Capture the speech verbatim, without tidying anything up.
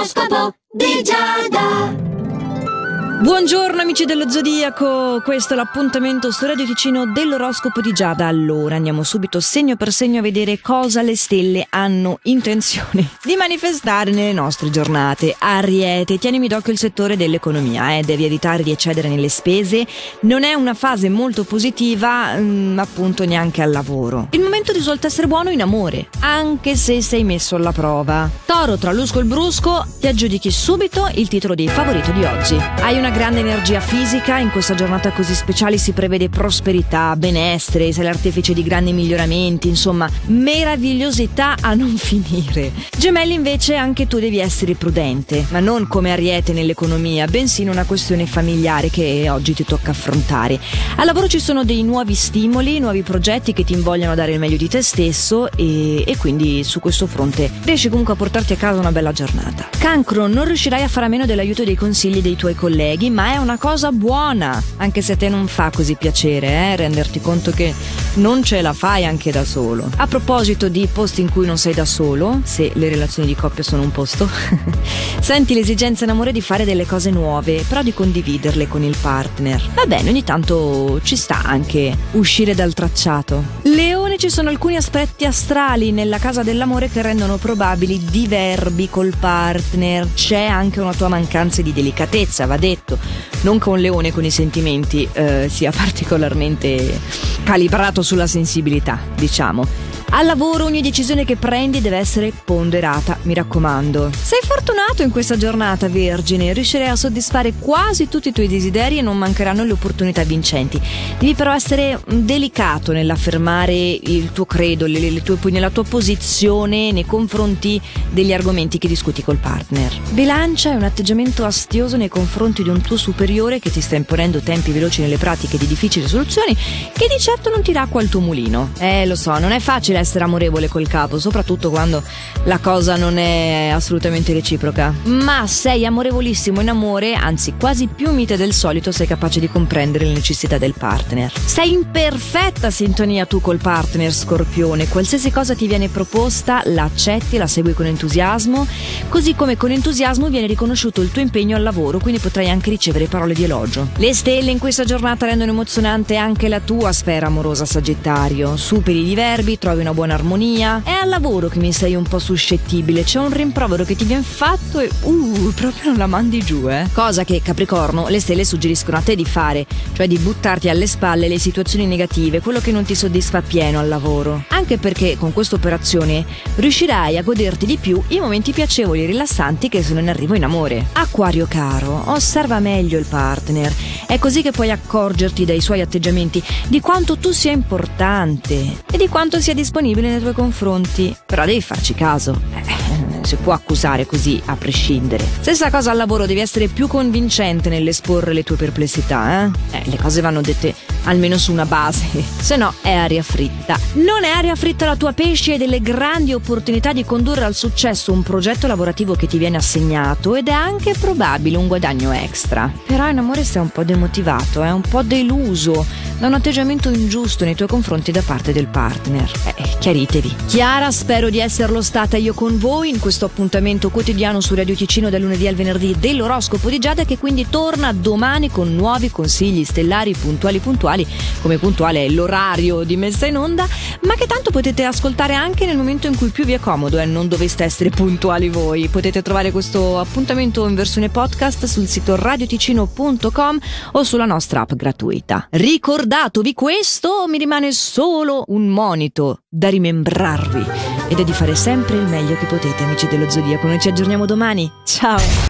L'oroscopo di Giada. Buongiorno amici dello Zodiaco, questo è l'appuntamento su Radio Ticino dell'oroscopo di Giada. Allora andiamo subito segno per segno a vedere cosa le stelle hanno intenzione di manifestare nelle nostre giornate. Ariete, tienimi d'occhio il settore dell'economia, eh? devi evitare di eccedere nelle spese, non è una fase molto positiva, mh, appunto neanche al lavoro. Il momento risulta essere buono in amore, anche se sei messo alla prova. Toro, tra l'usco e il brusco, ti aggiudichi subito il titolo di favorito di oggi. Hai una grande energia fisica, in questa giornata così speciale si prevede prosperità, benessere, sei l'artefice di grandi miglioramenti, insomma meravigliosità a non finire. Gemelli invece, anche tu devi essere prudente, ma non come Ariete nell'economia, bensì in una questione familiare che oggi ti tocca affrontare. Al lavoro ci sono dei nuovi stimoli, nuovi progetti che ti invogliano a dare il meglio di te stesso e, e quindi su questo fronte riesci comunque a portarti a casa una bella giornata. Cancro, non riuscirai a fare a meno dell'aiuto e dei consigli dei tuoi colleghi, ma è una cosa buona, anche se a te non fa così piacere eh, renderti conto che non ce la fai anche da solo. A proposito di posti in cui non sei da solo, se le relazioni di coppia sono un posto, senti l'esigenza in amore di fare delle cose nuove, però di condividerle con il partner. Va bene, ogni tanto ci sta anche uscire dal tracciato. Leone, ci sono alcuni aspetti astrali nella casa dell'amore che rendono probabili diverbi col partner. C'è anche una tua mancanza di delicatezza, va detto. Non che un leone con i sentimenti eh, sia particolarmente calibrato sulla sensibilità, diciamo. Al lavoro ogni decisione che prendi deve essere ponderata, mi raccomando. Sei fortunato in questa giornata, Vergine, riuscirai a soddisfare quasi tutti i tuoi desideri e non mancheranno le opportunità vincenti. Devi però essere delicato nell'affermare il tuo credo, le, le tue, nella tua posizione nei confronti degli argomenti che discuti col partner. Bilancia, è un atteggiamento astioso nei confronti di un tuo superiore che ti sta imponendo tempi veloci nelle pratiche di difficili soluzioni, che di certo non ti dà acqua al tuo mulino. Eh, lo so, non è facile essere amorevole col capo, soprattutto quando la cosa non è assolutamente reciproca. Ma sei amorevolissimo in amore, anzi quasi più mite del solito sei capace di comprendere le necessità del partner. Sei in perfetta sintonia tu col partner, Scorpione. Qualsiasi cosa ti viene proposta la accetti, la segui con entusiasmo, così come con entusiasmo viene riconosciuto il tuo impegno al lavoro, quindi potrai anche ricevere parole di elogio. Le stelle in questa giornata rendono emozionante anche la tua sfera amorosa, Sagittario. Superi i diverbi, trovi una buona armonia. È al lavoro che mi sei un po' suscettibile, c'è un rimprovero che ti viene fatto e uh, proprio non la mandi giù, eh. Cosa che, Capricorno, le stelle suggeriscono a te di fare, cioè di buttarti alle spalle le situazioni negative, quello che non ti soddisfa appieno al lavoro. Anche perché con questa operazione riuscirai a goderti di più i momenti piacevoli e rilassanti che sono in arrivo in amore. Acquario caro, osserva meglio il partner, è così che puoi accorgerti dai suoi atteggiamenti di quanto tu sia importante e di quanto sia disponibile nei tuoi confronti, però devi farci caso. Eh, si può accusare così a prescindere. Stessa cosa al lavoro, devi essere più convincente nell'esporre le tue perplessità, eh? Eh, le cose vanno dette almeno su una base, se no è aria fritta. Non è aria fritta la tua Pesci, hai delle grandi opportunità di condurre al successo un progetto lavorativo che ti viene assegnato ed è anche probabile un guadagno extra. Però in amore sei un po' demotivato, eh? un po' deluso da un atteggiamento ingiusto nei tuoi confronti da parte del partner. Eh, chiaritevi. Chiara, spero di esserlo stata io con voi in questo appuntamento quotidiano su Radio Ticino dal lunedì al venerdì dell'oroscopo di Giada, che quindi torna domani con nuovi consigli stellari puntuali puntuali, come puntuale è l'orario di messa in onda, ma che tanto potete ascoltare anche nel momento in cui più vi è comodo e eh? non doveste essere puntuali voi. Potete trovare questo appuntamento in versione podcast sul sito radioticino punto com o sulla nostra app gratuita. Ricordatevi questo, mi rimane solo un monito da rimembrarvi ed è di fare sempre il meglio che potete, amici dello Zodiaco. Noi ci aggiorniamo domani, ciao!